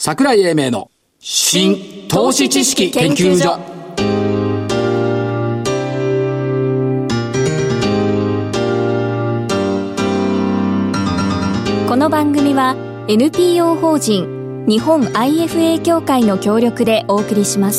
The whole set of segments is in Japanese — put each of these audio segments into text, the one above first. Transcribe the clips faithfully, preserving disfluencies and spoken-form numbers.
桜井英明の新投資知識研究所。 この番組は エヌピーオー 法人日本 アイエフエー 協会の協力でお送りします。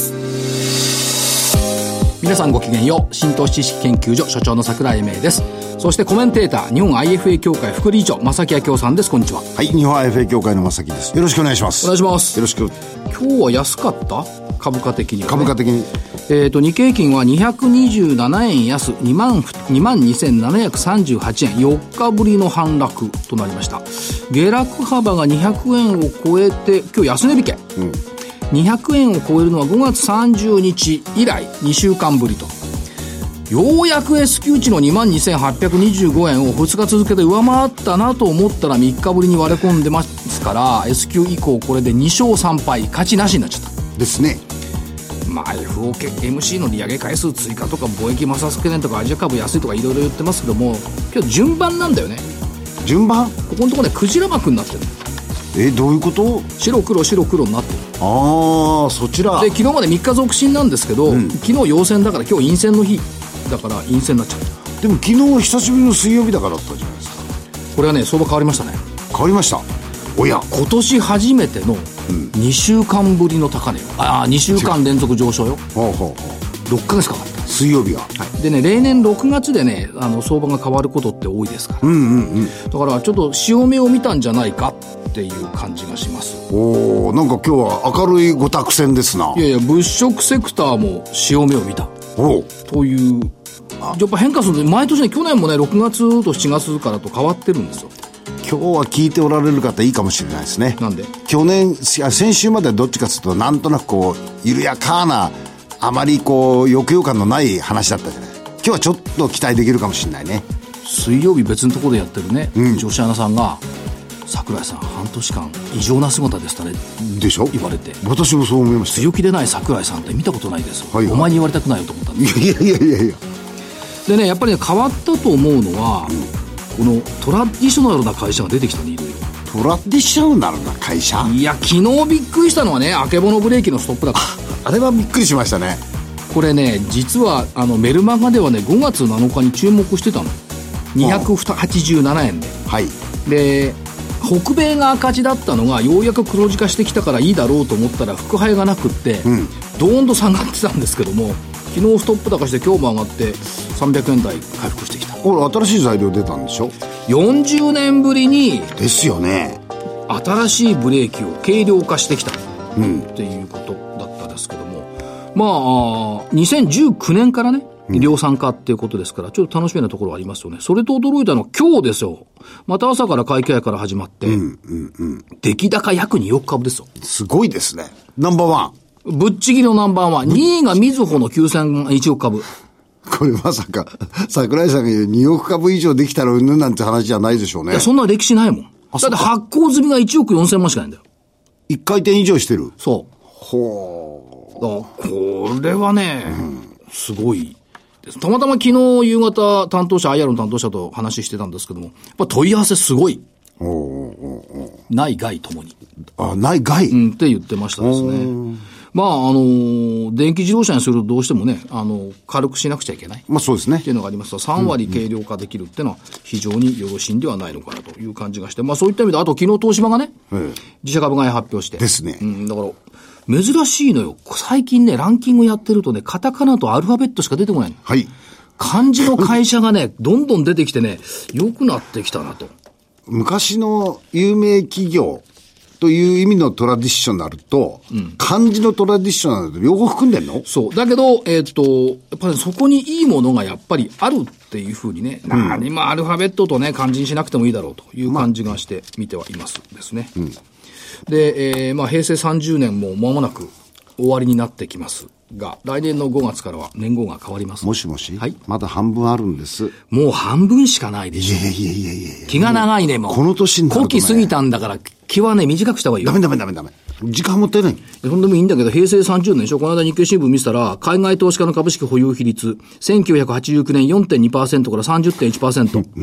皆さんごきげんよう。新投資知識研究所所長の桜井英明です。そしてコメンテーター、日本 アイエフエー 協会副理事長正木明夫さんです。こんにちは。 はい、日本 アイエフエー 協会の正木です。よろしくお願いします。 お願いします。 よろしく。 今日は安かった株価的には、ね、 株価的にえーと日経平均はにひゃくにじゅうななえん安 にまんにせんななひゃくさんじゅうはちえん、よっかぶりの反落となりました。下落幅がにひゃくえんを超えて今日安値引け、うん、にひゃくえんを超えるのはごがつさんじゅうにち以来にしゅうかんぶりと、ようやく S q 値の にまんにせんはっぴゃくにじゅうごえんをふつか続けて上回ったなと思ったらみっかぶりに割れ込んでますから S q 以降これでにしょうさんぱい勝ちなしになっちゃったですね。 まあ エフオーエムシー の利上げ回数追加とか貿易摩擦懸念とかアジア株安いとかいろいろ言ってますけども、今日順番なんだよね。 順番？ ここのところねクジラ幕になってる。 えどういうこと？ 白黒白黒になってる。 ああそちらで昨日までみっか続伸なんですけど、うん、昨日陽線だから今日陰線の日だから陰線になっちゃう。 でも昨日久しぶりの水曜日だからだったじゃないですか。 これはね相場変わりましたね。 変わりました。おや今年初めてのにしゅうかんぶりの高値よ。ああにしゅうかん連続上昇よ。ほうほうほうろっかげつかかった。 水曜日が、はい、でね例年ろくがつでねあの相場が変わることって多いですから、うんうんうん、だからちょっと潮目を見たんじゃないかっていう感じがします。 おーなんか今日は明るいご託戦ですな。 いやいや物色セクターも潮目を見たおというやっぱ変化するので毎年ね去年もねろくがつとしちがつからと変わってるんですよ。 今日は聞いておられる方いいかもしれないですね。 なんで去年先週まではどっちかというとなんとなくこう緩やかなあまりこう抑揚感のない話だったじゃない。今日はちょっと期待できるかもしれないね。 水曜日別のところでやってるね、うん、女子アナさんが桜井さん半年間異常な姿でしたねでしょ言われて、 私もそう思いました。 強気でない桜井さんって見たことないですよ、はいはい、お前に言われたくないよと思ったんです。 いやいやいやいやでねやっぱりね変わったと思うのは、うん、このトラディショナルな会社が出てきたね。いろいろトラディショナルな会社。 いや昨日びっくりしたのはねあけぼのブレーキのストップだからあ, あれはびっくりしましたね。 これね実はあのメルマガではねごがつなのかに注目してたの。にひゃくはちじゅうななえんで、 はい、で北米が赤字だったのがようやく黒字化してきたからいいだろうと思ったら副配がなくって、うん、ドーンと下がってたんですけども昨日ストップ高して今日も上がってさんびゃくえん台回復してきた。 これ新しい材料出たんでしょ。 よんじゅうねんぶりにですよね新しいブレーキを軽量化してきた、うん、っていうことだったですけども、まあにせんじゅうきゅうねんからね量産化っていうことですから、ちょっと楽しみなところはありますよね。それと驚いたのは今日ですよ。また朝から買い替えから始まって、うんうんうん、出来高約におくかぶですよ。 すごいですね。ナンバーワン。ぶっちぎりのナンバーワン。にいがみずほのきゅうせんいちおくかぶ。 これまさか、桜井さんが言うにおくかぶ以上できたらうんぬんなんて話じゃないでしょうね。 いや、そんな歴史ないもん。だって発行済みがいちおくよんせんまんしかないんだよ。 いっかい転以上してる。 そう。 ほう。だこれはね、うん、すごい。たまたま昨日夕方担当者 アイアール の担当者と話してたんですけどもやっぱ問い合わせすごい。おうおうおう内外ともにあ内外、 うん、って言ってましたですね。まああのー、電気自動車にするとどうしてもねあの軽くしなくちゃいけない、 まあそうですねっていうのがありますとさんわり軽量化できるっていうのは非常によろしいんではないのかなという感じがして、まあそういった意味であと昨日東芝がね、うん、自社株買い発表してですね、 うん、だから珍しいのよ。最近ね、ランキングやってるとね、カタカナとアルファベットしか出てこないの。 はい。 漢字の会社がね、どんどん出てきてね、良くなってきたなと。 昔の有名企業という意味のトラディショナルと、うん、漢字のトラディショナルと両方含んでんの？ そう。だけど、えー、っと、やっぱりそこにいいものがやっぱりあるっていうふうにね、うん、何もアルファベットとね、漢字にしなくてもいいだろうという感じがして見てはいますですね。うんで、えー、まあ平成さんじゅうねんも間もなく終わりになってきますが、来年のごがつからは年号が変わります。 もしもし、 はい、 まだ半分あるんです。 もう半分しかないでしょ。 いやいやいやいやいや気が長いね、もう。 この年になると、ね、 後期過ぎたんだから気はね短くした方がいいよ。 ダメダメダメダメ。時間もったいない。 そんでもいいんだけど、平成さんじゅうねんでしょ。この間日経新聞見てたら、海外投資家の株式保有比率、せんきゅうひゃくはちじゅうきゅうねん よんてんにパーセント から さんじゅってんいちパーセント。うんうん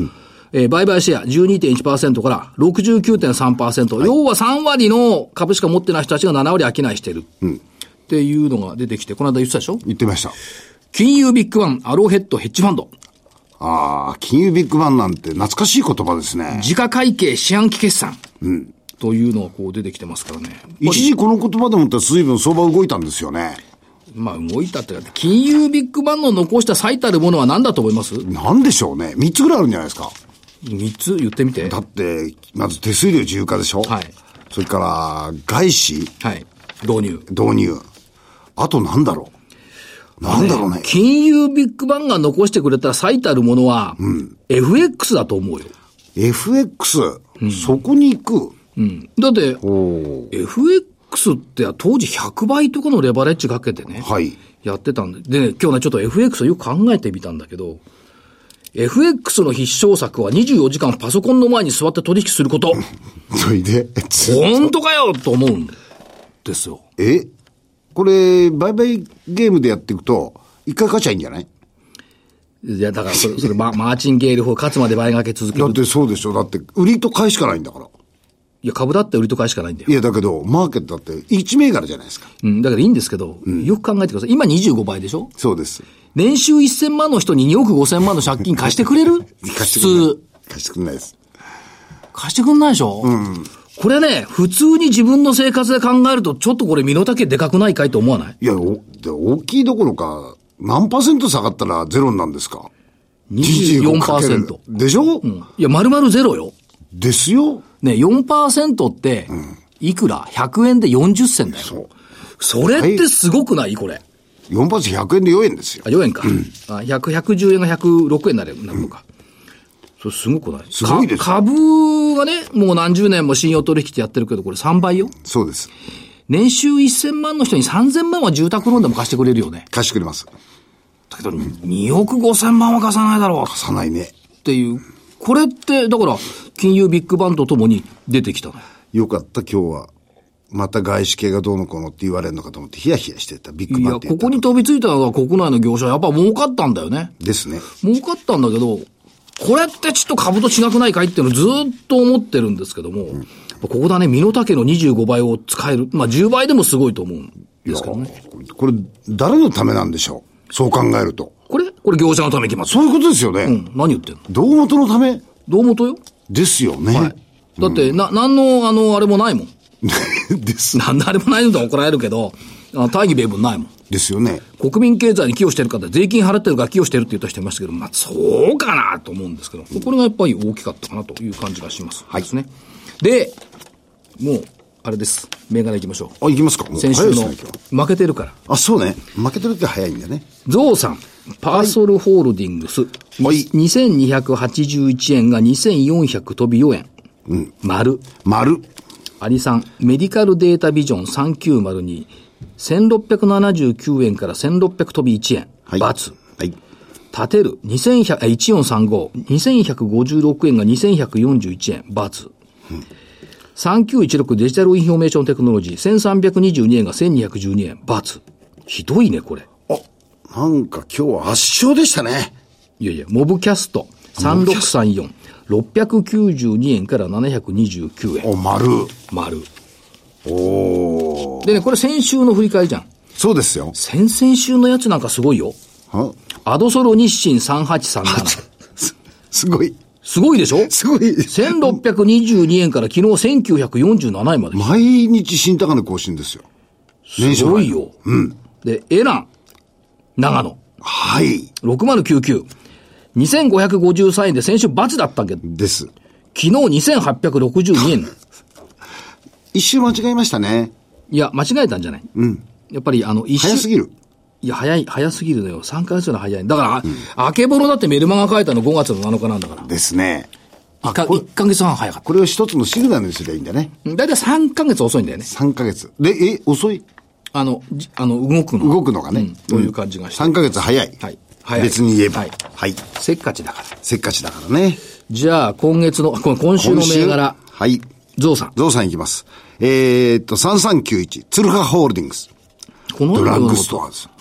えー、売買シェア じゅうにてんいちパーセント から ろくじゅうきゅうてんさんパーセント、はい、要はさん割の株しか持ってない人たちがなな割商いしてる、うん、っていうのが出てきて、この間言ってたでしょ。 言ってました。 金融ビッグバンアローヘッドヘッジファンド。 ああ、金融ビッグバンなんて懐かしい言葉ですね。 時価会計四半期決算、うん、というのがこう出てきてますからね。 一時この言葉でもって随分相場動いたんですよね。 まあ動いたってか、金融ビッグバンの残した最たるものは何だと思います？ 何でしょうね。みっつぐらいあるんじゃないですか。 みっつ言ってみて。 だってまず手数料自由化でしょ。はい。それから外資、 はい、導入導入、あとなんだろうなんだろうね。 金融ビッグバンが残してくれた最たるものは、うん、エフエックス だと思うよ。 エフエックス、うん、そこに行く、 うん、だって エフエックス って当時ひゃくばいとかのレバレッジかけてね、はい、やってたんで、でね、今日ねちょっと エフエックス をよく考えてみたんだけど、 エフエックス の必勝策はにじゅうよじかんパソコンの前に座って取引することそれで本当かよと思うんですよ。 えこれ売買ゲームでやっていくと一回勝ちゃいいんじゃない？ いやだからそれ、それマーチンゲール法勝つまで倍掛け続ける。 だってそうでしょ。だって売りと買いしかないんだから。 いや株だって売りと買いしかないんだよ。 いやだけどマーケットだっていち銘柄じゃないですか。 うんだからいいんですけど、うん、よく考えてください。今にじゅうごばいでしょ。 そうです。 年収せんまんの人ににおくごせん万の借金貸してくれる？ 貸してくれない。貸してくれないです。 貸してくれないでしょ。うん。これね、普通に自分の生活で考えると、ちょっとこれ身の丈でかくないかいと思わない？ いや、お大きいどころか、何パーセント下がったらゼロになるんですか？ にじゅうよんパーセント。 でしょ？うん。 いや、丸々ゼロよ。 ですよ。 ね、よんパーセントって、いくら ?ひゃくえんでよんじゅっせんだよ。そう。それってすごくない？これ。 よんパーセントひゃくえんでよえんですよ。 あ、よえんか。うん、あ、ひゃく、ひゃくじゅうえんがひゃくろくえんになるのか。うん、それすごくない？ すごいです。 株がね、もう何十年も信用取引ってやってるけど、これさんばいよ。 そうです。 年収せんまんの人にさんぜんまんは住宅ローンでも貸してくれるよね。 貸してくれます。 だけど、におくごせん万は貸さないだろう。 貸さないね。 っていう。これって、だから、金融ビッグバンとともに出てきたの。 よかった、今日は。また外資系がどうのこうのって言われるのかと思ってヒヤヒヤしてた。ビッグバンって言った。 いや、ここに飛びついたのが国内の業者はやっぱ儲かったんだよね。 ですね。 儲かったんだけど、これってちょっと株と違くないかいっていうのをずっと思ってるんですけども、うん、ここだね、身の丈のにじゅうごばいを使える。まあじゅうばいでもすごいと思うんですけどね。 これ、誰のためなんでしょう？そう考えると。 これこれ業者のため決まってる。 そういうことですよね。 うん。何言ってんの？ 胴元のため？ 胴元よ。 ですよね。はい。 だって、うん、な、なんの、あの、あれもないもん。 です。 なんであれもないのと怒られるけど、大義名分ないもん。 ですよね。 国民経済に寄与してる方、税金払ってるから寄与してるって言った人いましたけど、まあ、そうかなと思うんですけど、これがやっぱり大きかったかなという感じがします。はい。ですね。で、もう、あれです。銘柄行きましょう。 あ、行きますか。もう先週の、負けてるから。 あ、そうね。負けてるって早いんだね。 ゾウさん、パーソルホールディングス。はい。にせんにひゃくはちじゅういちえんがにせんよんひゃく飛びよえん。うん。丸。 丸。 アリさん、メディカルデータビジョンさんきゅうまるに、せんろっぴゃくななじゅうきゅうえんからせんろっぴゃく飛びいちえん。はい。×。はい。立てる、にせんひゃく、いちよんさんご、にせんひゃくごじゅうろくえんがにせんひゃくよんじゅういちえん。×。うん。さんきゅういちろくデジタルインフォメーションテクノロジー、せんさんびゃくにじゅうにえんがせんにひゃくじゅうにえん。×。ひどいね、これ。 あ、なんか今日は圧勝でしたね。 いやいや、モブキャスト、さんろくさんよん。ろっぴゃくきゅうじゅうにえんからななひゃくにじゅうきゅうえん。 お、丸。 丸。 おー。 でね、これ先週の振り返りじゃん。 そうですよ。 先々週のやつなんかすごいよ。はアドソロ日清さんはちさんなな。 すごい。 すごいでしょ？ すごい。 せんろっぴゃくにじゅうにえんから昨日せんきゅうひゃくよんじゅうななえんまで。 毎日新高値更新ですよ。 すごいよ。うん。で、エラン、長野。 はい。 ろくまるきゅうきゅう。にせんごひゃくごじゅうさんえんで先週×だったけど。 です。 昨日にせんはっぴゃくろくじゅうにえん。 一周間違えましたね。 いや、間違えたんじゃない？うん。やっぱりあの、一周。 早すぎる。 いや、早い、早すぎるのよ。さんかげつの早い。だから、うん、明けぼろだってメルマガ書いたのごがつのなのかなんだから。 ですね。 いっかげつはん早かった。 これを一つのシグナルにすればいいんだね。 だいたいさんかげつ遅いんだよね。 さんかげつ。で、え、遅い？ あの、あの、動くの。 動くのがね。うん、 という感じがして。 さんかげつ早い。はい。早い。別に言えば。はい。はい。 せっかちだから。 せっかちだからね。 じゃあ、今月の、今週の銘柄。 はい。 ゾウさん。 ゾウさんいきます。えーっと、さんさんきゅういち、ツルハホールディングス。 このドラッグストアです。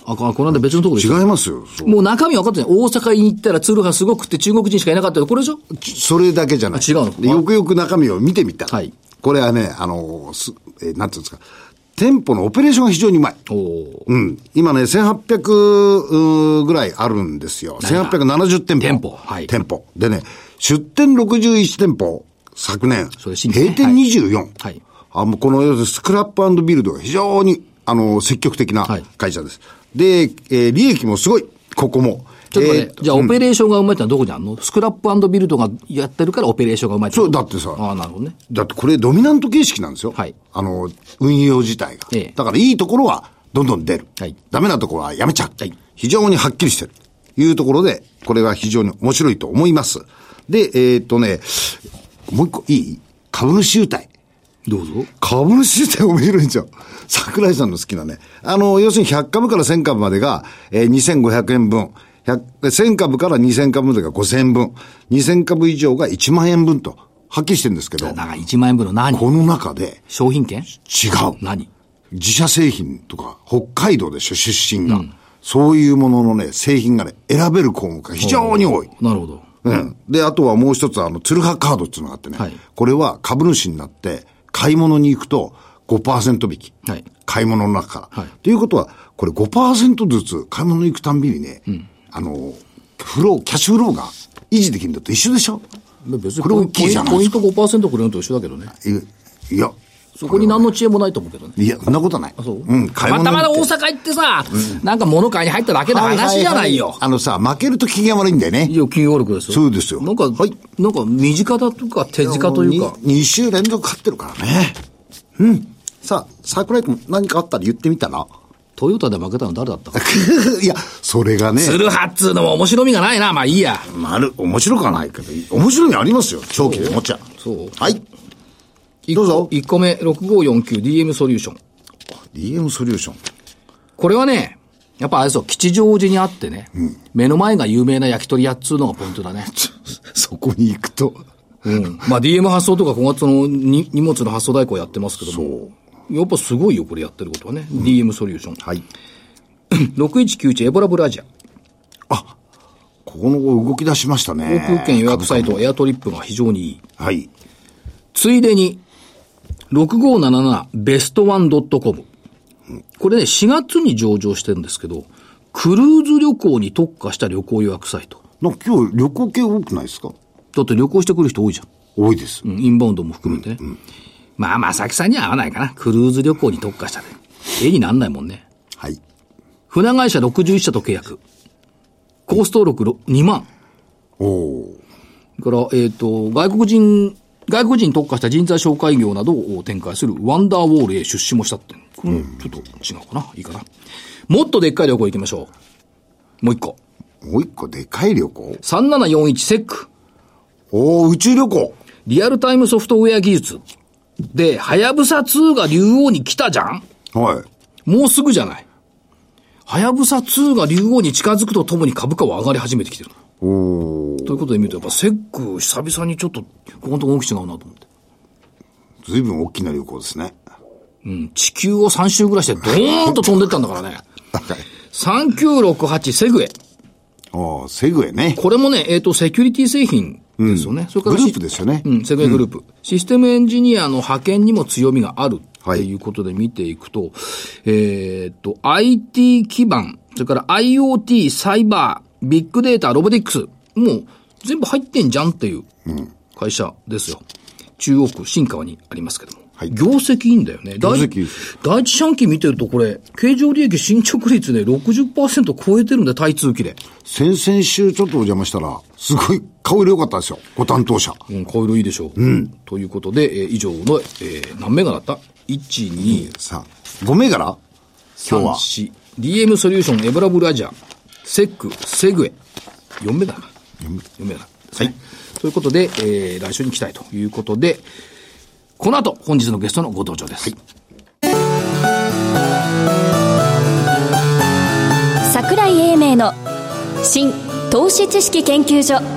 あ、この間別のところで違いますよ。 もう中身分かってない。大阪に行ったらツルハすごくって中国人しかいなかったけど、これでしょ？ それだけじゃない。 違うの？ よくよく中身を見てみた。 はい。 これはね、あの、すえー、なんていうんですか。店舗のオペレーションが非常にうまい。 おうん。今ね、せんはっぴゃくぐらいあるんですよ。せんはっぴゃくななじゅう店舗。 店舗。はい。 店舗。でね、出店ろくじゅういち店舗、昨年。 それ新規ね。 閉店にじゅうよん。 はい。 あ、もうこの要するにスクラップ&ビルドが非常に、あの、積極的な会社です。はい、で、えー、利益もすごい。ここも。 ちょっとね、えー、じゃあ、オペレーションがうまいってのはどこにあるの？スクラップ&ビルドがやってるからオペレーションがうまいってそう、だってさ。 ああ、なるほどね。 だってこれドミナント形式なんですよ。はい。あの、運用自体が。ええ、だからいいところはどんどん出る。はい。ダメなところはやめちゃう。はい。非常にはっきりしてる。というところで、これは非常に面白いと思います。で、えー、っとね、もう一個いい？株主優待。 どうぞ。 株主優待面白いんですよ。桜井さんの好きなね。あの、要するにひゃっかぶからせんかぶまでが、えー、にせんごひゃくえんぶん。せんかぶからにせんかぶまでがごせんえんぶん。にせんかぶ以上がいちまんえんぶんと、はっきりしてるんですけど。 だからいちまんえんぶんの何？ この中で。 商品券？ 違う。 何？ 自社製品とか、北海道でしょ、出身が。うん、そういうもののね、製品がね、選べる項目が非常に多い。 なるほど。 うん。で、あとはもう一つ、あの、ツルハカードっていうのがあってね。はい、これは株主になって、買い物に行くと ごパーセント 引き。はい。買い物の中から。はい。ということは、これ ごパーセント ずつ買い物に行くたんびにね、うん、あの、フロー、キャッシュフローが維持できるんだと一緒でしょ？ 別にこれ大きいじゃないですか。ポイント ごパーセント くれるのと一緒だけどね。 いや、 そこに何の知恵もないと思うけどね。 いや、そんなことない。 あ、そう？うん。たまたま大阪行ってさ、うん、なんか物買いに入っただけの話じゃないよ。 はいはいはい、あのさ、負けると機嫌悪いんだよね。 いや、機嫌悪くですよ。 そうですよ。 なんか、はい、なんか身近だとか手近というか。 に週連続勝ってるからね。うん。さあ、桜井君何かあったら言ってみたら？ トヨタで負けたの誰だったかいや、それがね。 ツルハっつうのも面白みがないな。まあいいや。 まる、面白くはないけど、面白みありますよ。長期で持っちゃう。 そう。 はい。どうぞ。 いっこめ、ろくごよんきゅうディーエム ソリューション。 ディーエム ソリューション。 これはね、やっぱあれですよ、吉祥寺にあってね、うん、目の前が有名な焼き鳥屋っつうのがポイントだね。 そこに行くと。 うん。まあ ディーエム 発送とか小型のに荷物の発送代行やってますけども。そう。やっぱすごいよ、これやってることはね。うん、ディーエム ソリューション。はい。ろくいちきゅういちエボラブルアジア。 あ、ここの動き出しましたね。 航空券予約サイトエアトリップが非常にいい。 はい。 ついでに、ろくごーなななベストワンドットコム。これね、しがつに上場してるんですけど、クルーズ旅行に特化した旅行予約サイト。 なんか今日旅行系多くないですか？ だって旅行してくる人多いじゃん。 多いです。 うん、インバウンドも含めてね。うんうん、まあ、正木さんには合わないかな。クルーズ旅行に特化したね。絵になんないもんね。 はい。 船会社ろくじゅういっしゃと契約。コース登録にまん。 おお。 だから、えっと、外国人、外国人に特化した人材紹介業などを展開するワンダーウォールへ出資もしたって。これ、ちょっと違うかな。いいかな。もっとでっかい旅行行きましょう。もう一個。 もう一個でかい旅行 ? さんななよんいちセック。 おー、宇宙旅行。 リアルタイムソフトウェア技術。で、はやぶさツーが竜王に来たじゃん？ はい。 もうすぐじゃない。はやぶさツーが竜王に近づくとともに株価は上がり始めてきてる。 おー。 ということで見ると、やっぱセック、久々にちょっと、ここのとこ大き違うなと思って。 随分大きな旅行ですね。 うん。地球をさん周ぐらいしてドーンと飛んでったんだからね。はい。さんきゅうろくはちセグエ。 ああ、セグエね。 これもね、えっと、セキュリティ製品ですよね。うん、それからグループですよね。 うん、セグエグループ、うん。システムエンジニアの派遣にも強みがあるっていうことで見ていくと、はい、えっと、アイティー 基盤、それから IoT、サイバー、ビッグデータ、ロボティクス、もう全部入ってんじゃんっていう会社ですよ。うん、中央区新川にありますけども。はい、業績いいんだよね。 業績第一四半期見てるとこれ、経常利益進捗率ね、ろくじゅっパーセント 超えてるんで、対通期で。 先々週ちょっとお邪魔したら、すごい顔色良かったですよ。ご担当者。 うん、顔色いいでしょう。うん。ということで、えー、以上の、えー、何銘柄だった ?いち、に、 さん、ご銘柄今日は。 さん、よん、ディーエム ソリューション、エブラブルアジア、セック、セグエ。よん銘柄か。よん銘柄ですね。はい。ということで、えー、来週に期待ということで、この後、本日のゲストのご登場です。はい、 桜井英明の新投資知識研究所。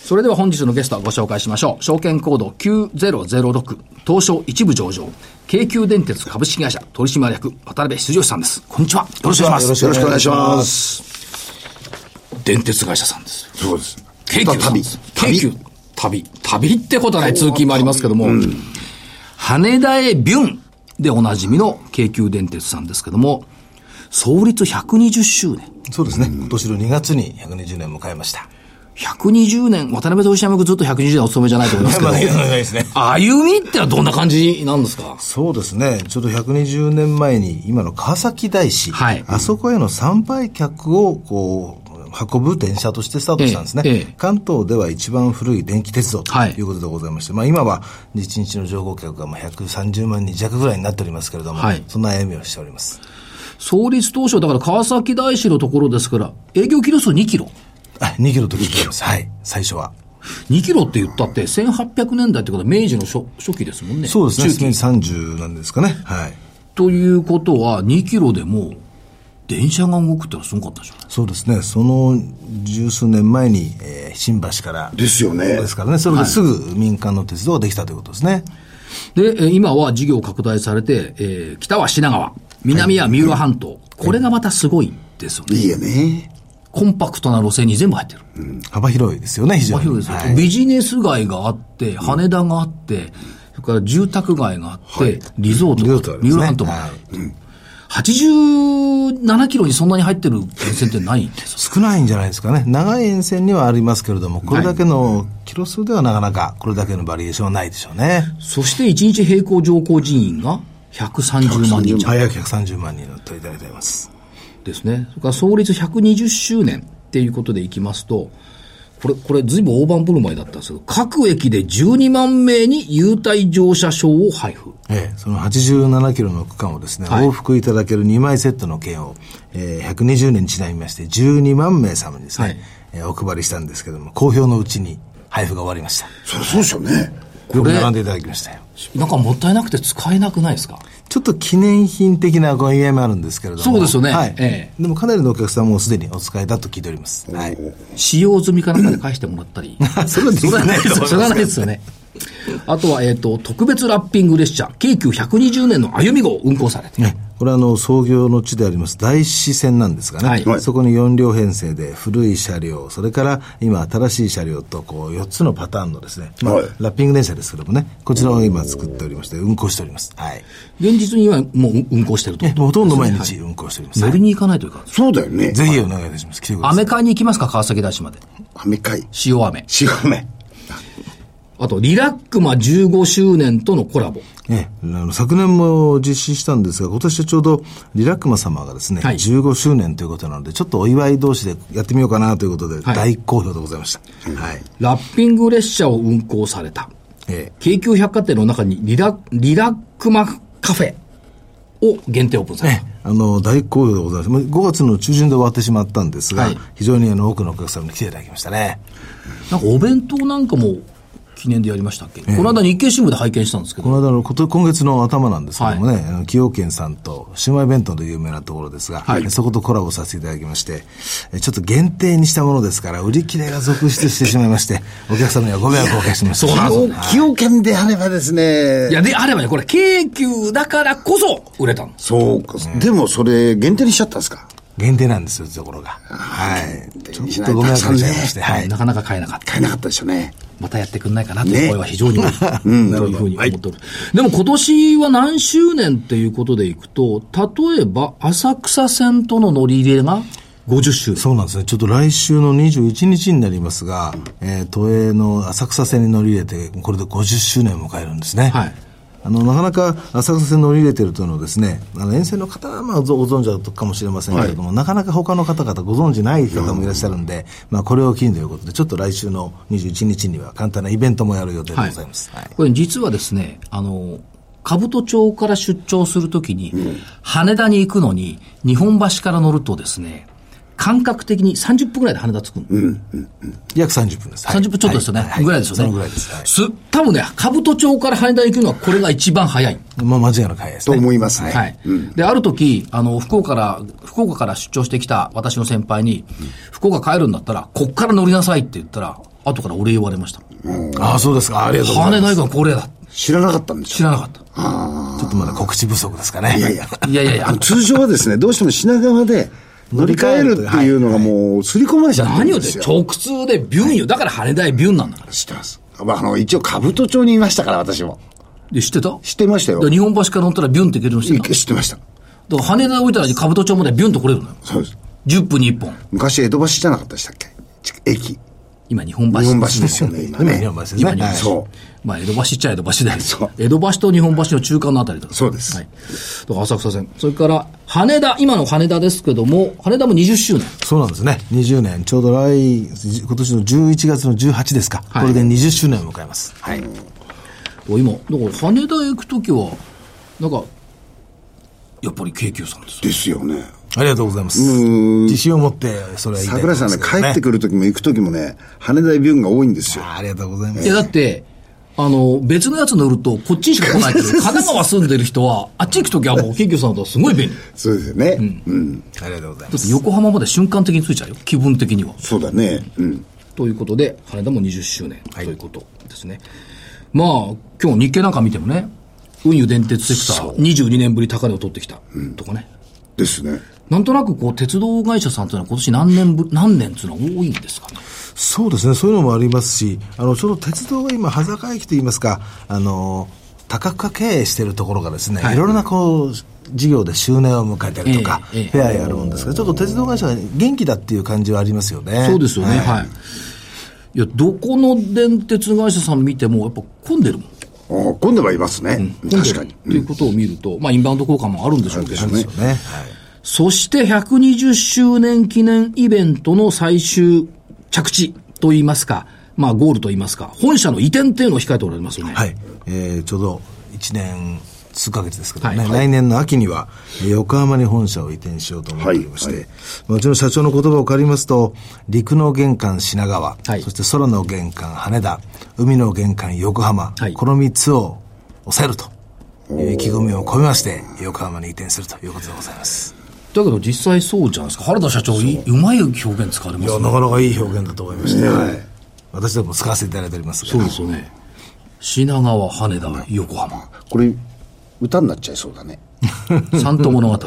それでは本日のゲストをご紹介しましょう。証券コードきゅうぜろぜろろく、東証一部上場、京急電鉄株式会社取締役渡辺久義さんです。こんにちは。よろしくお願いします。 よろしくお願いします。 電鉄会社さんです。 そうです。 京急さんです。京急旅旅ってことはない通勤もありますけども、うん、羽田へビュンでおなじみの京急電鉄さんですけども、創立ひゃくにじゅっしゅうねん。 そうですね、うん、今年のにがつにひゃくにじゅうねんを迎えました。 ひゃくにじゅうねん、渡辺取締役ずっとひゃくにじゅうねんお勤めじゃないと思いますけどまあないですね。 歩みってのはどんな感じなんですか？ そうですね、ちょうどひゃくにじゅうねんまえに今の川崎大師、はい、あそこへの参拝客をこう運ぶ電車としてスタートしたんですね、ええええ、関東では一番古い電気鉄道ということでございまして、はい、まあ、今はいちにちの乗降客がまあひゃくさんじゅうまんにん弱ぐらいになっておりますけれども、はい、そんな歩みをしております。 創立当初だから川崎大師のところですから営業キロ数にキロ、 あ、にキロと聞いております。はい、最初はにキロって言ったってせんはっぴゃくねんだいってことは明治の 初, 初期ですもんね。 そうですね、明治さんじゅうなんですかね。はい。 ということはにキロでも電車が動くってのはすごかったでしょうね。 そうですね、その十数年前に、えー、新橋からですよね。 ですからね、それですぐ民間の鉄道ができたということですね。 で、今は事業拡大されて、えー、北は品川、南は三浦半島、はい、これがまたすごいですよね。 いいよね。 コンパクトな路線に全部入ってる、 うん、幅広いですよね。非常に幅広いですよ、はい、ビジネス街があって羽田があって、うん、それから住宅街があって、はい、リゾートがあって、三浦半島がある、はい、うん、はちじゅうななキロにそんなに入ってる沿線ってないんですか？少ないんじゃないですかね。長い沿線にはありますけれども、これだけのキロ数ではなかなかこれだけのバリエーションはないでしょうね。 そしていちにち並行乗降人員がひゃくさんじゅうまんにん弱。約ひゃくさんじゅうまんにん乗っていただいています。 ですね。それから創立ひゃくにじゅっしゅうねんっていうことでいきますと、これ、これずいぶん大盤振る舞いだったんですけど、各駅でじゅうにまんめいに優待乗車証を配布。 ええ、そのはちじゅうななキロの区間をですね、はい、往復いただけるにまいセットの券を、えー、ひゃくにじゅうねんにちなみましてじゅうにまんめい様にですね、はい、えー、お配りしたんですけども、好評のうちに配布が終わりました。 そりゃそうでしょうね。 よく並んでいただきましたよ。 なんかもったいなくて使えなくないですか？ ちょっと記念品的なご意味もあるんですけれども。 そうですよね。 はい。 ええ、 でもかなりのお客さんもすでにお使いだと聞いております。はい。 使用済みかなんかで返してもらったり。 それはできないですよ。 それはないですよね。あとは、えっと、特別ラッピング列車、京急ひゃくにじゅうねんの歩み号を運行されて、 ね、これはあの、創業の地であります、大師線なんですがね、はい、そこによんりょう編成で古い車両、それから今新しい車両と、こう、よっつのパターンのですね、まあ、はい、ラッピング電車ですけどもね、こちらを今作っておりまして、運行しております。はい。 現実にはもう運行してると。 ほとんど毎日運行しております。 乗りに行かないというか。 そうだよね。 ぜひお願いいたします。来てください。 飴買いに行きますか、川崎大師まで。 飴買い。 塩飴。 塩飴。 あと、リラックマじゅうごしゅうねんとのコラボ。 ええ、あの昨年も実施したんですが、今年はちょうどリラックマ様がですね、はい、じゅうごしゅうねんということなので、ちょっとお祝い同士でやってみようかなということで、はい、大好評でございました。はい。 ラッピング列車を運行された。ええ、京急百貨店の中にリラ、リラックマカフェを限定オープンされた。ええ、 あの、大好評でございます。ごがつの中旬で終わってしまったんですが、はい、非常にあの多くのお客様に来ていただきましたね。 なんかお弁当なんかも、記念でやりましたっけ、えー、この間日経新聞で拝見したんですけど、 この間の今月の頭なんですけどもね、はい、あの崎陽軒さんとシウマイ弁当で有名なところですが、はい、そことコラボさせていただきまして、ちょっと限定にしたものですから売り切れが続出してしまいましてお客様にはご迷惑をおかけしました。 そうなんです。崎陽軒であればですね、 いやであればね、これ京急だからこそ売れたの。 そうか、うん、でもそれ限定にしちゃったんですか？ 限定なんですよ、ところが。はい。ちょっとご迷惑をかけちゃいまして、はい。 なかなか買えなかった。 買えなかったでしょうね。 またやってくんないかなという声は非常に多い、ね、うん、というふうに思っておる、はい、でも今年は何周年っていうことでいくと、例えば浅草線との乗り入れがごじゅっしゅうねん。 そうなんですね。ちょっと来週のにじゅういちにちになりますが、えー、都営の浅草線に乗り入れてこれでごじゅっしゅうねんを迎えるんですね。はい。あのなかなか浅草線乗り入れているというのはですね、あの沿線の方はまあご存知だかもしれませんけれども、はい、なかなか他の方々ご存知ない方もいらっしゃるんで、うん、まあ、これを機にということでちょっと来週のにじゅういちにちには簡単なイベントもやる予定でございます、はいはい、 これ実はですね、あの兜町から出張するときに、うん、羽田に行くのに日本橋から乗るとですね、感覚的にさんじゅっぷんぐらいで羽田着くの、うんうんうん、約さんじゅっぷんです。 さんじゅっぷんちょっとですよね、はいはい、ぐらいですよね。 そのぐらいです、はい、 す多分ね、兜町から羽田に行くのはこれが一番早い、 まあ、間違いなく早いですねと思いますね、 はい、うん、である時あの福岡から福岡から出張してきた私の先輩に、うん、福岡帰るんだったらこっから乗りなさいって言ったら、 後からお礼言われました。 ああ、そうですか。ありがとうございます。 羽田行くの恒例だ。 知らなかったんですよ。 知らなかった。 ちょっとまだ告知不足ですかね。 いやいや。 いやいやいや。 通常はですね、どうしても品川で乗り換えるっていうのがもう、刷り込まれちゃってるんですよ。 何をで、直通でビュンよ。だから羽田へビュンなんだから。 知ってます。まあ、あの、一応、兜町にいましたから、私も。 で、知ってた？ 知ってましたよ。 日本橋から乗ったらビュンって行けるの知ってた？ 知ってました。 だから羽田で置いたら兜町までビュンと来れるのよ。 そうです。 じゅっぷんにいっぽん。 昔、江戸橋じゃなかったでしたっけ？駅。 今、日本橋。 日本橋ですよね、今ね。 今、日本橋ですね。今、日本橋。そう。まあ、江戸橋っちゃ江戸橋だよ。そう。江戸橋と日本橋の中間のあたりだから。 そうです。 はい。だから浅草線。それから、羽田、今の羽田ですけども、羽田もにじゅっしゅうねん。 そうなんですね。にじゅうねん。ちょうど来、今年のじゅういちがつのじゅうはちですか。はい、これでにじゅっしゅうねんを迎えます。はい。 今、だから羽田へ行くときは、なんか、やっぱり京急さんです。 ですよね。 ありがとうございます。自信を持って、それは言いたいと思います、ね。 桜井さんね、帰ってくるときも行くときもね、羽田ビュンが多いんですよ。 あ, ありがとうございます。 いや、だって、あの、別のやつ乗ると、こっちにしか来ないけど、神奈川住んでる人は、あっち行くときはもう、京急さんだとすごい便利。 そうですよね。うん。 うん。ありがとうございます。 だって横浜まで瞬間的に着いちゃうよ。気分的には。 そうだね。うん。 ということで、羽田もにじゅっしゅうねんということですね。はい、まあ、今日日経なんか見てもね、運輸電鉄セクター、にじゅうにねんぶり高値を取ってきた、うん、とかね。 ですね。 なんとなくこう、鉄道会社さんというのは今年何年ぶ、何年っていうのは多いんですかね。 そうですね。そういうのもありますし、あの、ちょうど鉄道が今、羽坂駅といいますか、あの、多角化経営しているところがですね、はい、いろいろなこう、事業で周年を迎えたりとか、えーえー、フェアやるもんですけど、ちょっと鉄道会社が元気だっていう感じはありますよね。 そうですよね。はい。はい、いや、どこの電鉄会社さん見ても、やっぱ混んでるもん。 ああ、混んではいますね。うん、確かに。 ということを見ると、まあ、インバウンド効果もあるんでしょうけどね。 ね。はい。 そしてひゃくにじゅっしゅうねん記念イベントの最終着地といいますか、まあゴールといいますか、本社の移転っていうのを控えておられますよね。 はい。えー、ちょうどいちねん数ヶ月ですけどね、はい、来年の秋には横浜に本社を移転しようと思っておりまして、はいはい、うちの社長の言葉を借りますと、陸の玄関品川、はい、そして空の玄関羽田、海の玄関横浜、はい、このみっつを抑えるという意気込みを込めまして横浜に移転するということでございます。 だけど実際そうじゃないですか。原田社長、うまい表現使われますね。 いや、なかなかいい表現だと思いまして、はい、私ども使わせていただいておりますが。 そうですよね。品川、羽田、横浜。 これ、歌になっちゃいそうだね。 三都物語。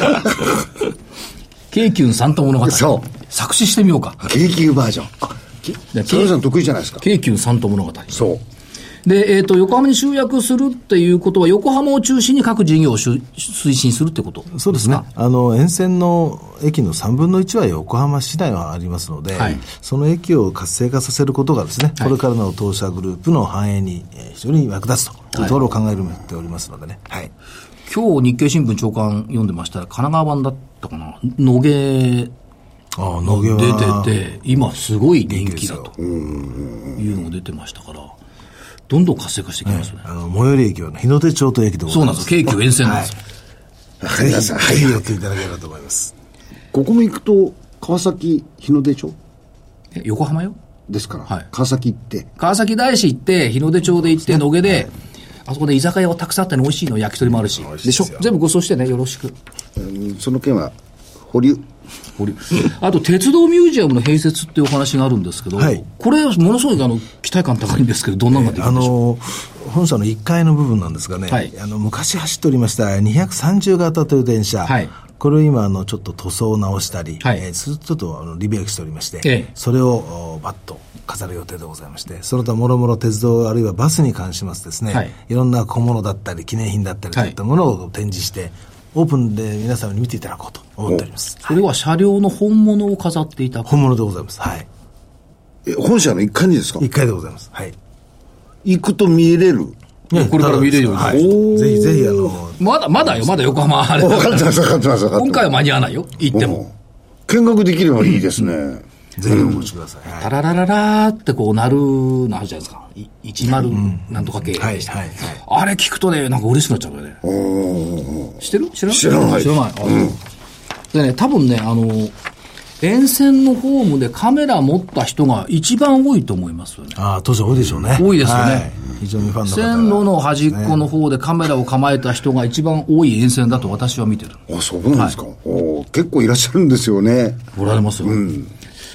京急三都物語。 そう。 作詞してみようか。 京急バージョン。あ、京さん得意じゃないですか。 京急三都物語。 そう。 で、えっと、横浜に集約するっていうことは、横浜を中心に各事業を推進するってことですか？ そうですね。あの、沿線の駅のさんぶんのいちは横浜市内はありますので、はい、その駅を活性化させることがですね、はい、これからの当社グループの繁栄に非常に役立つというところを考えておりますのでね。はい。 今日日経新聞長官読んでましたら、神奈川版だったかな、野毛ああ、野毛は出てて、今すごい人気だというのが出てましたから、どんどん活性化していきますね。 はい、あの、最寄り駅は日の出町という駅でございます。 そうなんです。京急沿線なんですよ。 わかります。 はい。寄っていただければと思います。 ここも行くと、川崎日の出町え、横浜よ。 ですから、 はい、 川崎行って。 川崎大師行って、日の出町で行って、野毛で、はい、あそこで居酒屋をたくさんあって美味しいの、焼き鳥もあるし。でしょ。全部ご馳走してね、よろしく。 うん、その件は、保留。 あと鉄道ミュージアムの併設っていうお話があるんですけど、はい、これものすごいあの期待感高いんですけど、どんなのができるんでしょう。 あの本社のいっかいの部分なんですがね、はい、あの昔走っておりましたにひゃくさんじゅう型という電車、はい、これを今あのちょっと塗装を直したり、はい、えー、ちょっとあのリベークしておりまして、ええ、それをバッと飾る予定でございまして、その他もろもろ鉄道あるいはバスに関しますですね、はい、いろんな小物だったり記念品だったりといったものを展示して、はい、オープンで皆様に見ていただこうと思っております。 それは車両の本物を飾っていた？ 本物でございます。はい。 え、本社のいっかいにですか？ いっかいでございます。はい。 行くと見れる？ いや、これから見れるように。 はい。ぜひぜひあの、 まだ、まだよ、まだ横浜あれ。 分かってます、分かってます、分かってます。 今回は間に合わないよ、行っても。 見学できればいいですね。 ぜひお越しください。 タララララーってこう鳴るのあるじゃないですか。いちじゅうなんとか系。はい、はい。あれ聞くとね、なんか嬉しくなっちゃうよね。知ってる？知らない？ 知らない。 知らない。でね、多分ね、あの、沿線のホームでカメラ持った人が一番多いと思いますよね。 ああ、当然多いでしょうね。 多いですよね。 非常にファンの方線路の端っこの方でカメラを構えた人が一番多い沿線だと私は見てる。 あ、そうなんですか。お結構いらっしゃるんですよね。 おられますよ。うん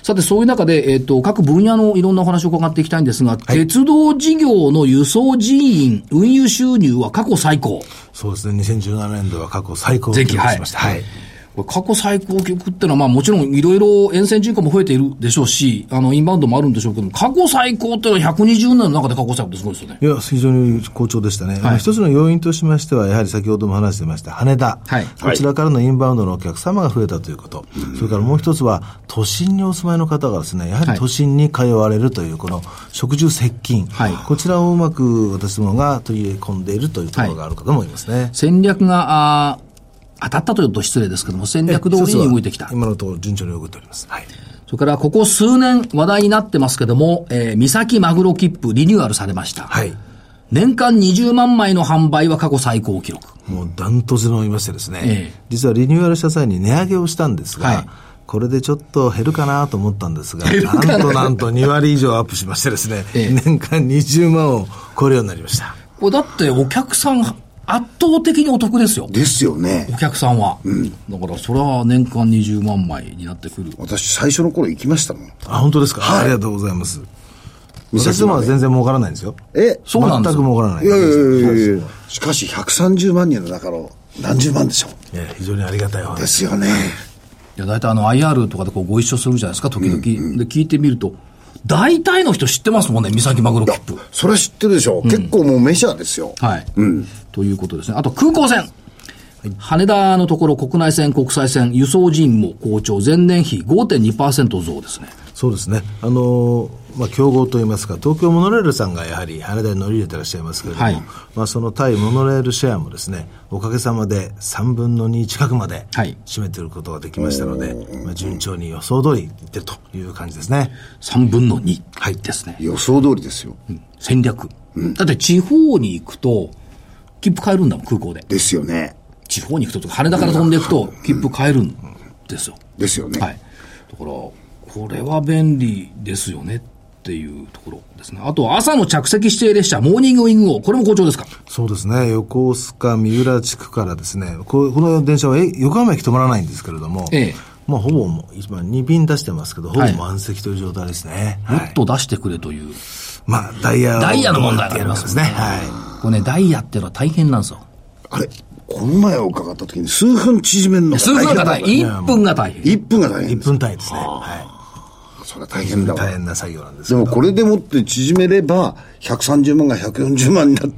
さて、そういう中で、えっと、各分野のいろんなお話を伺っていきたいんですが、はい、鉄道事業の輸送人員、運輸収入は過去最高。 そうですね、にせんじゅうななねん度は過去最高を記録しました。はい。はいこれ過去最高記録ってのは、まあもちろんいろいろ沿線人口も増えているでしょうし、あの、インバウンドもあるんでしょうけども、過去最高ってのはひゃくにじゅうねんの中で過去最高ってすごいですよね。 いや、非常に好調でしたね。はい、一つの要因としましては、やはり先ほども話してました羽田。はい。こちらからのインバウンドのお客様が増えたということ。はい、それからもう一つは、都心にお住まいの方がですね、やはり都心に通われるという、この食住接近。はい。こちらをうまく私どもが取り入れ込んでいるというところがあるかと思いますね。はい、 戦略が、あ当たったというと失礼ですけども、戦略通りに動いてきた。 今のところ順調に動いております。はい。 それから、ここ数年話題になってますけども、えー、三崎マグロ切符リニューアルされました。はい。年間にじゅうまんまいの販売は過去最高記録。 もうダントツで伸びましてですね、えー。実はリニューアルした際に値上げをしたんですが、はい、これでちょっと減るかなと思ったんですが、なんとなんとにわり以上アップしましてですね、えー、年間にじゅうまんを超えるようになりました。 これだってお客さん、圧倒的にお得ですよ。 ですよね。 お客さんは。うん。だから、それは年間にじゅうまんまいになってくる。 私、最初の頃行きましたもん。 あ、本当ですか、はい、ありがとうございます。私どもは全然儲からないんですよ。 えそうなんです全く儲からない。 いやいやいやいやしかし、ひゃくさんじゅうまんにんの中の何十万でしょう。 いや、非常にありがたい話ですよね。 いや、大体あの、アイアール とかでこうご一緒するじゃないですか、時々。うんうん、で、聞いてみると、大体の人知ってますもんね、三崎マグロ切符。 それは知ってるでしょう、うん、結構もうメジャーですよ。 はい。うん。ということですね。あと空港線。はい、羽田のところ国内線、国際線、輸送人も好調、前年比 ごてんにパーセント 増ですね。 そうですね。あのー、まあ、競合といいますか、東京モノレールさんがやはり羽田に乗り入れていらっしゃいますけれども、はい、まあ、その対モノレールシェアもですね、おかげさまでさんぶんのに近くまで占めていることができましたので、はい、まあ、順調に予想通りいってるという感じですね。 さんぶんのにですね。 はい、予想通りですよ。 うん、戦略、うん。だって地方に行くと、切符買えるんだもん、空港で。 ですよね。 地方に行くと、羽田から飛んでいくと、切符買えるんですよ。 ですよね。 はい。だから、これは便利ですよねっていうところですね。あと、朝の着席指定列車、モーニングウィング号、これも好調ですか？ そうですね。横須賀、三浦地区からですね、この電車は横浜駅止まらないんですけれども、ええ、まあ、ほぼ、今に便出してますけど、ほぼ満席という状態ですね。 はい、もっと出してくれという。 まあ、ダイヤダイヤの問題がありますね。はい。これね、ダイヤっていうのは大変なんですよ。 あれこの前伺った時に数分縮めるのが数分が大変。いっぷんが大変。 いっぷんが大変。 いっぷん単位ですね。はい。 それは大変だわ。 大変な作業なんですけど。 でもこれでもって縮めれば、ひゃくさんじゅうまんがひゃくよんじゅうまんになって、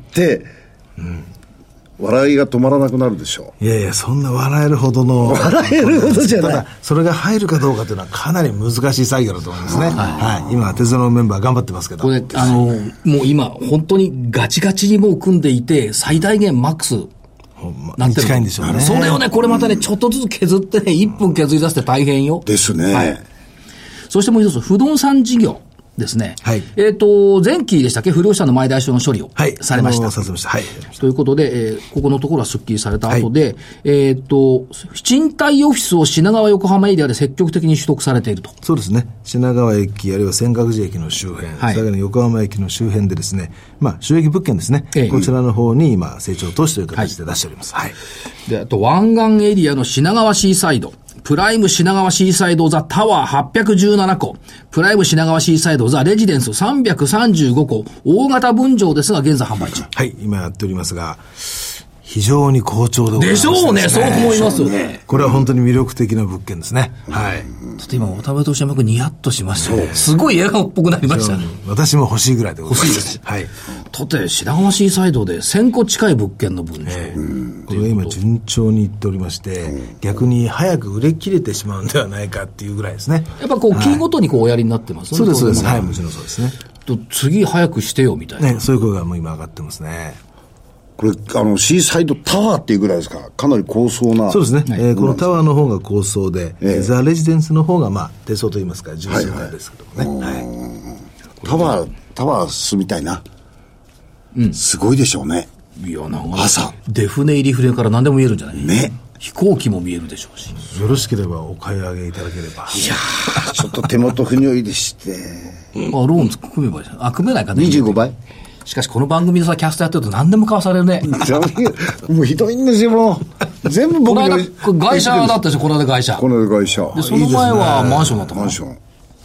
うん。笑いが止まらなくなるでしょう。 いやいや、そんな笑えるほどの。 笑えるほどじゃない。ただ、 それが入るかどうかというのはかなり難しい作業だと思いますね。はい。はい、今、鉄道のメンバー頑張ってますけど。 これ、あの、もう今、本当にガチガチにもう組んでいて、最大限マックス。 なんて近いんでしょうね。 それをね、これまたね、ちょっとずつ削ってね、いっぷん削り出して大変よ。 ですね。はい。 そしてもう一つ、不動産事業。ですね。はい。えっと、前期でしたっけ、不良者の前代償の処理をされました。 はい、させました。はい。 ということで、えー、ここのところはスッキリされた後で、はい、えっと、賃貸オフィスを品川横浜エリアで積極的に取得されていると。 そうですね。品川駅、あるいは泉岳寺駅の周辺、はい、それから横浜駅の周辺でですね、まあ、収益物件ですね。えー、こちらの方に今、成長投資という形で出しております。はい。はい、 で、あと、湾岸エリアの品川シーサイド。プライム品川シーサイドザタワーはっぴゃくじゅうななこ、プライム品川シーサイドザレジデンスさんびゃくさんじゅうごこ、大型分譲ですが現在販売中。 はい、今やっておりますが、非常に好調でございます、 ね。でしょうね、そう思いますよね。 これは本当に魅力的な物件ですね。はい。 ちょっと今、おたべとして僕ニヤッとしましたね。すごい笑顔っぽくなりましたね。 私も欲しいぐらいでございます。 欲しいです。はい。とて、品川シーサイドでせんこ近い物件の分譲。えー、これが今順調にいっておりまして、うん、逆に早く売れ切れてしまうんではないかっていうぐらいですね。 やっぱこう、キーごとにこうおやりになってますね。 そうです、そうです。はい、もちろんそうですね。 と次早くしてよみたいな。 ね、そういう声がもう今上がってますね。 これ、あの、シーサイドタワーっていうぐらいですか？かなり高層な。 そうですね。はい、えー、このタワーの方が高層で、えー、ザ・レジデンスの方が、まあ、低層といいますか、重心なんですけどもね。はいはい、はい。 タワー、タワー住みたいな。うん。すごいでしょうね。 いや、なんか。朝。デフネ、リフレから何でも見えるんじゃない？ ね。 飛行機も見えるでしょうし。 よろしければお買い上げいただければ。いやー、ちょっと手元不如意でして。 あ、ローン組めばいいじゃん。あ、組めないかね。 にじゅうごばい？ しかしこの番組でさ、キャストやってると何でも買わされるね。 もうひどいんですよ、もう。全部僕の。この間、外車だったでしょ、この間外車。 この間外車。 で、その前はマンションだったかな。 マンション。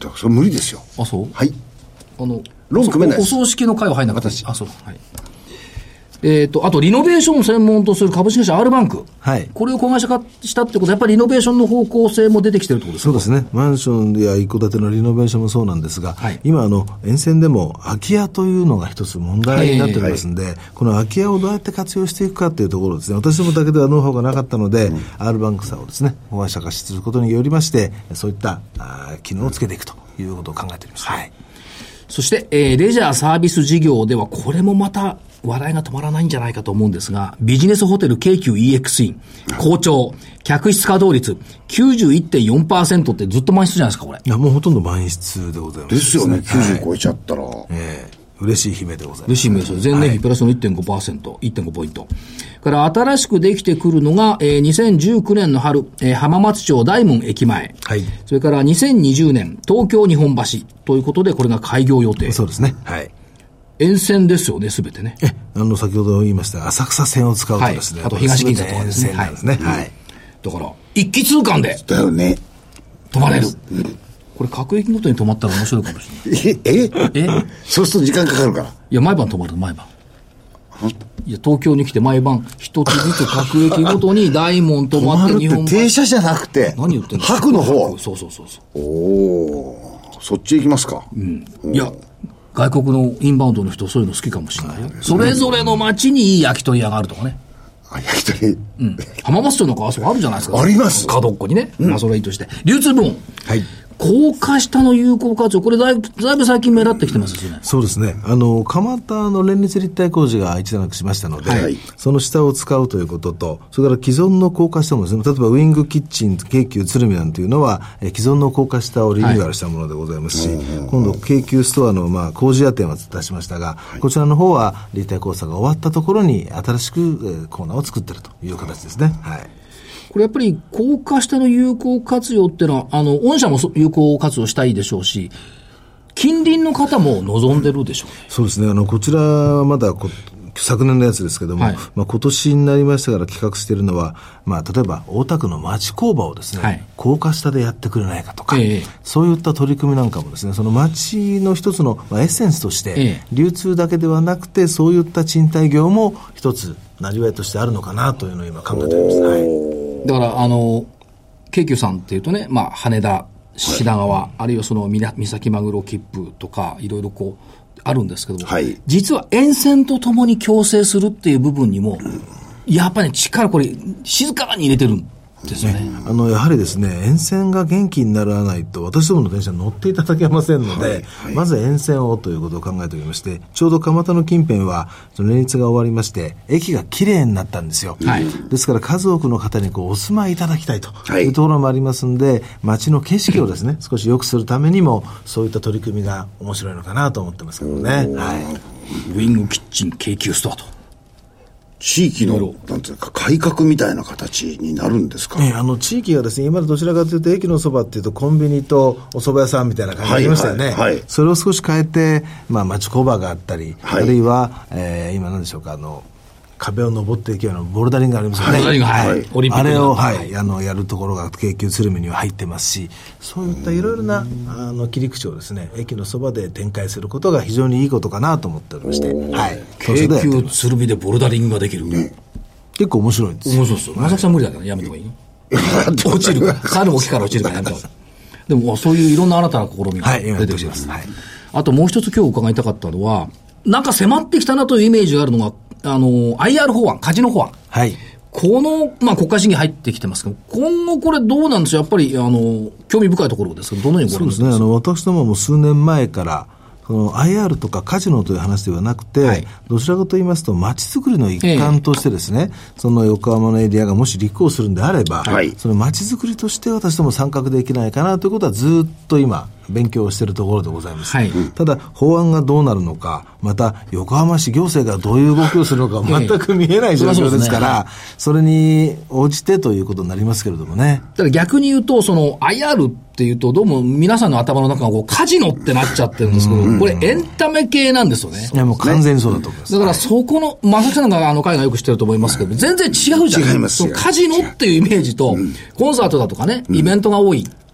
と、それ無理ですよ。 あ、そうはい。 あの、 ローン組めないです。 お葬式の会は入んなかったし。あ、そう。はい。えっ、ー、と、あと、リノベーションを専門とする株式会社 R バンク。 はい。 これを子会社化したってことは、やっぱりリノベーションの方向性も出てきてるってことですか？ そうですね。マンションや一戸建てのリノベーションもそうなんですが、はい、今、あの、沿線でも空き家というのが一つ問題になっておりますんで、はいはいはい、この空き家をどうやって活用していくかっていうところですね。私どもだけではノウハウがなかったので、うん、R バンクさんをですね、子会社化することによりまして、そういったあ機能をつけていくということを考えております。はい。 そして、えー、レジャーサービス事業では、これもまた、話題が止まらないんじゃないかと思うんですが、ビジネスホテル京急 イーエックス イン、好調、客室稼働率 きゅうじゅういってんよんパーセント ってずっと満室じゃないですか、これ。 いや、もうほとんど満室でございます。 ですよね、きゅうじゅう超えちゃったら。はい、 えー嬉しい悲鳴でございます。 嬉しい悲鳴です。前年比プラスの いってんごパーセント、はい、いってんごポイント。から新しくできてくるのが、えー、にせんじゅうきゅうねんの春、えー、浜松町大門駅前。はい。それからにせんにじゅうねん東京日本橋ということで、これが開業予定。 そうですね。はい。 沿線ですよね、すべてね。 え、あの、先ほど言いました浅草線を使うとですね。 はい、あと東銀座とかですね。 沿線なんですね。はい。はい、 だから、一気通貫で。 だよね。 止まれる。うん、これ各駅ごとに止まったら面白いかもしれない。 えええそうすると時間かかるから。 いや、毎晩止まる、毎晩。いや、東京に来て毎晩一つずつ各駅ごとに大門止まって日本橋。停車じゃなくて。 何言ってんの？ 白の方。 そうそうそうそう。 おー。そっち行きますか。 うん。いや、外国のインバウンドの人そういうの好きかもしれないよ。それぞれの街にいい焼き鳥屋があるとかね。 あ、焼き鳥。 うん。浜松町なんかあそこあるじゃないですか。 あります。 角っこにね。うん、まあそれはいいとして。流通部門。 はい。 高架下の有効活用、これだいぶ、だいぶ最近目立ってきてますよね。 そうですね。あの、蒲田の連立立体工事が一段落しましたので、はい、その下を使うということと、それから既存の高架下もですね、例えばウィングキッチン、京急鶴見なんていうのは、え既存の高架下をリニューアルしたものでございますし、はい、今度京急ストアの、まあ、工事屋店を出しましたが、はい、こちらの方は立体交差が終わったところに新しく、えー、コーナーを作っているという形ですね。はい。 これやっぱり高架下の有効活用っていうのは、あの、御社も有効活用したいでしょうし、近隣の方も望んでるでしょうね。 そうですね。あの、こちらはまだこ、昨年のやつですけども、はい、まあ、今年になりましたから企画しているのは、まあ、例えば大田区の町工場をですね、はい、高架下でやってくれないかとか、ええ、そういった取り組みなんかもですね、その町の一つの、まあ、エッセンスとして、ええ、流通だけではなくて、そういった賃貸業も一つ、なりわいとしてあるのかなというのを今考えております。はい。 だから、あの、京急さんっていうとね、まあ、羽田、品川、はい、あるいはその三崎マグロ切符とか、いろいろこう、あるんですけども、はい、実は沿線とともに共生するっていう部分にも、やっぱり、ね、力、これ、静かに入れてるんですよね。 ね、あの、やはりですね、沿線が元気にならないと、私どもの電車に乗っていただけませんので、はいはい、まず沿線をということを考えておりまして、ちょうど蒲田の近辺は、その連立が終わりまして、駅がきれいになったんですよ。はい、ですから、数多くの方にこうお住まいいただきたいというところもありますんで、はい、街の景色をですね、少し良くするためにも、そういった取り組みが面白いのかなと思ってますけどね。はい。 ウィングキッチン京急ストアと。 地域の、なんていうか、改革みたいな形になるんですか？ ええ、あの、地域がですね、今までどちらかというと、駅のそばっていうと、コンビニとお蕎麦屋さんみたいな感じになりましたよね。はいはいはい、それを少し変えて、まあ、町工場があったり、はい、あるいは、えー、今何でしょうか、あの、壁を登っていくようなボルダリングがありますよね。 はい、はい、オリンピックあれを、はい、あの、やるところが京急鶴見には入ってますし、そういったいろいろな、あの、切り口をですね、駅のそばで展開することが非常にいいことかなと思っておりまして、はい。 京急鶴見でボルダリングができる。ね、 結構面白いんですよ。 面白いですよ。まさきさん無理だからやめた方がいいよ。落ちるから。猿も木から落ちるからやめた方がいい。でも、そういういろんな新たな試みが出てきてます。はい。あともう一つ今日伺いたかったのは、なんか迫ってきたなというイメージがあるのが、あの、アイアール 法案、カジノ法案。はい。この、まあ、国会審議入ってきてますけど、今後これどうなんでしょう？やっぱり、あの、興味深いところですけど、どのようにご覧になりますか？ そうですね。あの、私どもも数年前から、その アイアール とかカジノという話ではなくて、はい、どちらかと言いますと、街づくりの一環としてですね、ええ、その横浜のエリアがもし立候補するんであれば、はい、その街づくりとして私ども参画できないかなということはずっと今、勉強しているところでございます。はい、ただ、法案がどうなるのか、また、横浜市行政がどういう動きをするのか全く見えない状況ですから、それに応じてということになりますけれどもね。 だから逆に言うと、その アイアール っていうと、どうも皆さんの頭の中がこうカジノってなっちゃってるんですけど、これエンタメ系なんですよね。 いや、もう完全にそうだと思います。 だからそこの、まさきさんがあの海外よく知ってると思いますけど、全然違うじゃないですか。違いますよ。カジノっていうイメージと、コンサートだとかね、イベントが多い。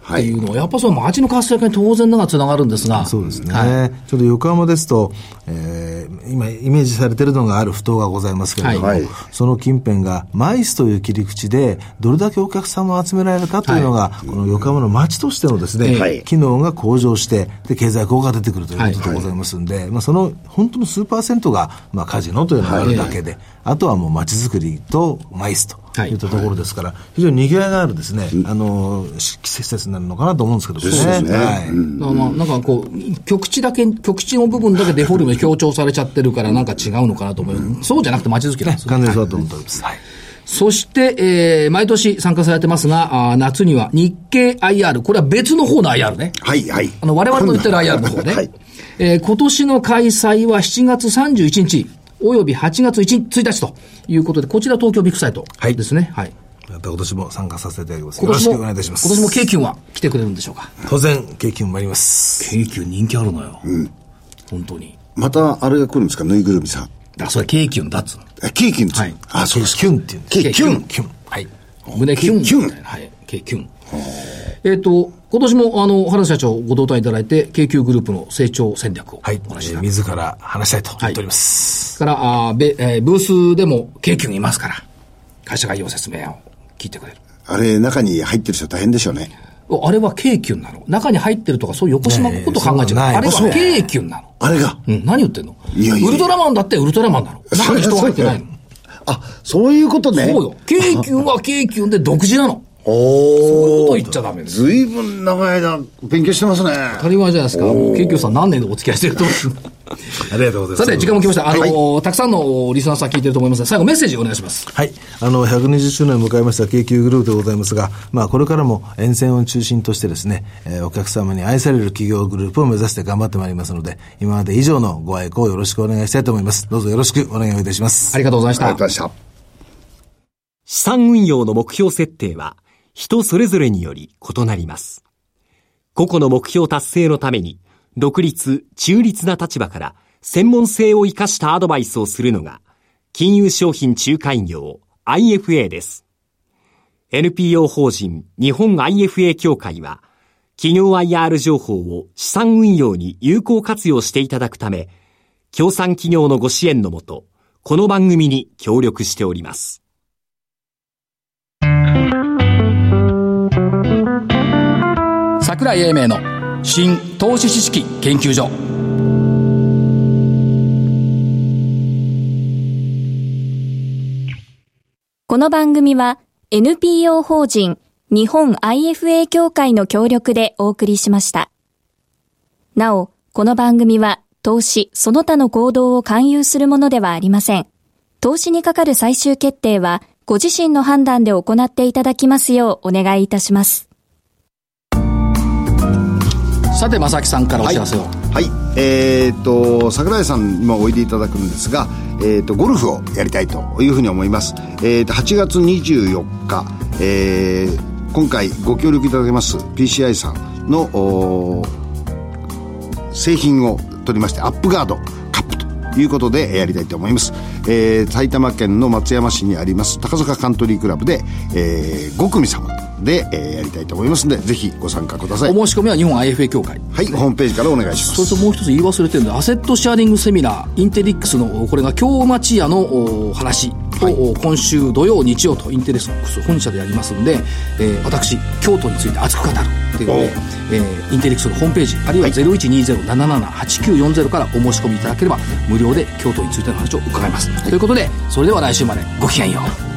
っていうのは、はい、やっぱその街の活性化に当然ながらつながるんですが。 そうですね。はい、ちょっと横浜ですと、えー、今イメージされているのがある埠頭がございますけれども、はい、その近辺がマイスという切り口でどれだけお客様を集められるかというのが、はい、この横浜の街としてのですね、はい、機能が向上してで経済効果が出てくるということでございますんで、はいはい、まあ、その本当の数パーセントが、まあ、カジノというのがあるだけで、はい、あとはもう街づくりとマイスといったところですから、はい、非常に賑わいがあるですね、あの施設になるのかなと思うんですけどね。 そうですね。はい。 うん、まあ、なんかこう局地だけ局地の部分だけデフォルメ強調されちゃってるからなんか違うのかなと思う。うん、そうじゃなくて街づくりなんですよね。 完全にそうだと思っております。はい。 そして、えー、毎年参加されてますが、あ夏には日経 アイアール、これは別の方の アイアール ね。 はいはい。 あの我々の言ってる アイアール の方ね。はい。えー、今年の開催はしちがつさんじゅういちにちおよびはちがつついたちということで、こちら東京ビッグサイトですね。はい。 また今年も参加させていただきます。 よろしくお願いいたします。 今年も京急は来てくれるんでしょうか。 当然京急も参ります。 京急人気あるのよ。うん。本当に。 またあれが来るんですか、ぬいぐるみさん。 だそれ京急のだっつうの。 え、京急のつ。 はい。 あ、そうです。 キュンっていう。 京急。 キュン。はい。胸キュン。 キュン。 はい。京急。えっと、今年も、あの、原田社長ご同担いただいて、京急グループの成長戦略をはい。えー、自ら話したいと思っております。 はい、から、あべ、えー、ブースでも京急にいますから、会社概要説明を聞いてくれる。 あれ、中に入ってる人大変でしょうね。 あれは京急なの。中に入ってるとか、そういう横島のこと考えちゃう。あれは京急なの。 あれが。 うん、何言ってんの。 いやいや。 ウルトラマンだってウルトラマンなの。中に人が入ってないの。 あ、そういうことね。 そうよ。京急は京急で独自なの。 おー。 そういうこと言っちゃダメです。 ずいぶん長い間勉強してますね。 当たり前じゃないですか。京急さん何年でお付き合いしてると思う。 ありがとうございます。 さて、時間も来ました。あの、はい、たくさんのリスナーさん聞いてると思いますが、最後メッセージお願いします。 はい。あの、ひゃくにじゅっしゅうねんを迎えました京急グループでございますが、まあ、これからも沿線を中心としてですね、えー、お客様に愛される企業グループを目指して頑張ってまいりますので、今まで以上のご愛顧をよろしくお願いしたいと思います。どうぞよろしくお願いいたします。 ありがとうございました。 ありがとうございました。 資産運用の目標設定は、人それぞれにより異なります。個々の目標達成のために、独立、中立な立場から、専門性を生かしたアドバイスをするのが、金融商品仲介業 アイエフエー です。エヌピーオー 法人日本 アイエフエー 協会は、企業 アイアール 情報を資産運用に有効活用していただくため、協賛企業のご支援のもと、この番組に協力しております。 櫻井英明の新投資知識研究所。 この番組は エヌピーオー 法人日本 アイエフエー 協会の協力でお送りしました。なお、この番組は投資その他の行動を勧誘するものではありません。投資にかかる最終決定はご自身の判断で行っていただきますようお願いいたします。 さて正木さんからお知らせを。 はい、はい、えー、っと櫻井さんにもおいでいただくんですが、えー、っとゴルフをやりたいというふうに思います。えー、っとはちがつにじゅうよっか、えー、今回ご協力いただけます ピーシーアイ さんの製品を取りまして、アップガードカップということでやりたいと思います。えー、埼玉県の松山市にあります高坂カントリークラブで、えー、ご組様で、えー、やりたいと思いますので、ぜひご参加ください。 お申し込みは日本 アイエフエー 協会、 はい、ホームページからお願いします。 それともう一つ言い忘れてるんで、アセットシェアリングセミナーインテリックスのこれが京町屋の話を、はい、今週土曜日曜とインテリックス本社でやりますので、えー、私京都について熱く語るというので、えー、インテリックスのホームページあるいは ゼロいちにゼロ なななな はちきゅうよんゼロ からお申し込みいただければ無料で京都についての話を伺います、はい、ということで、それでは来週までごきげんよう。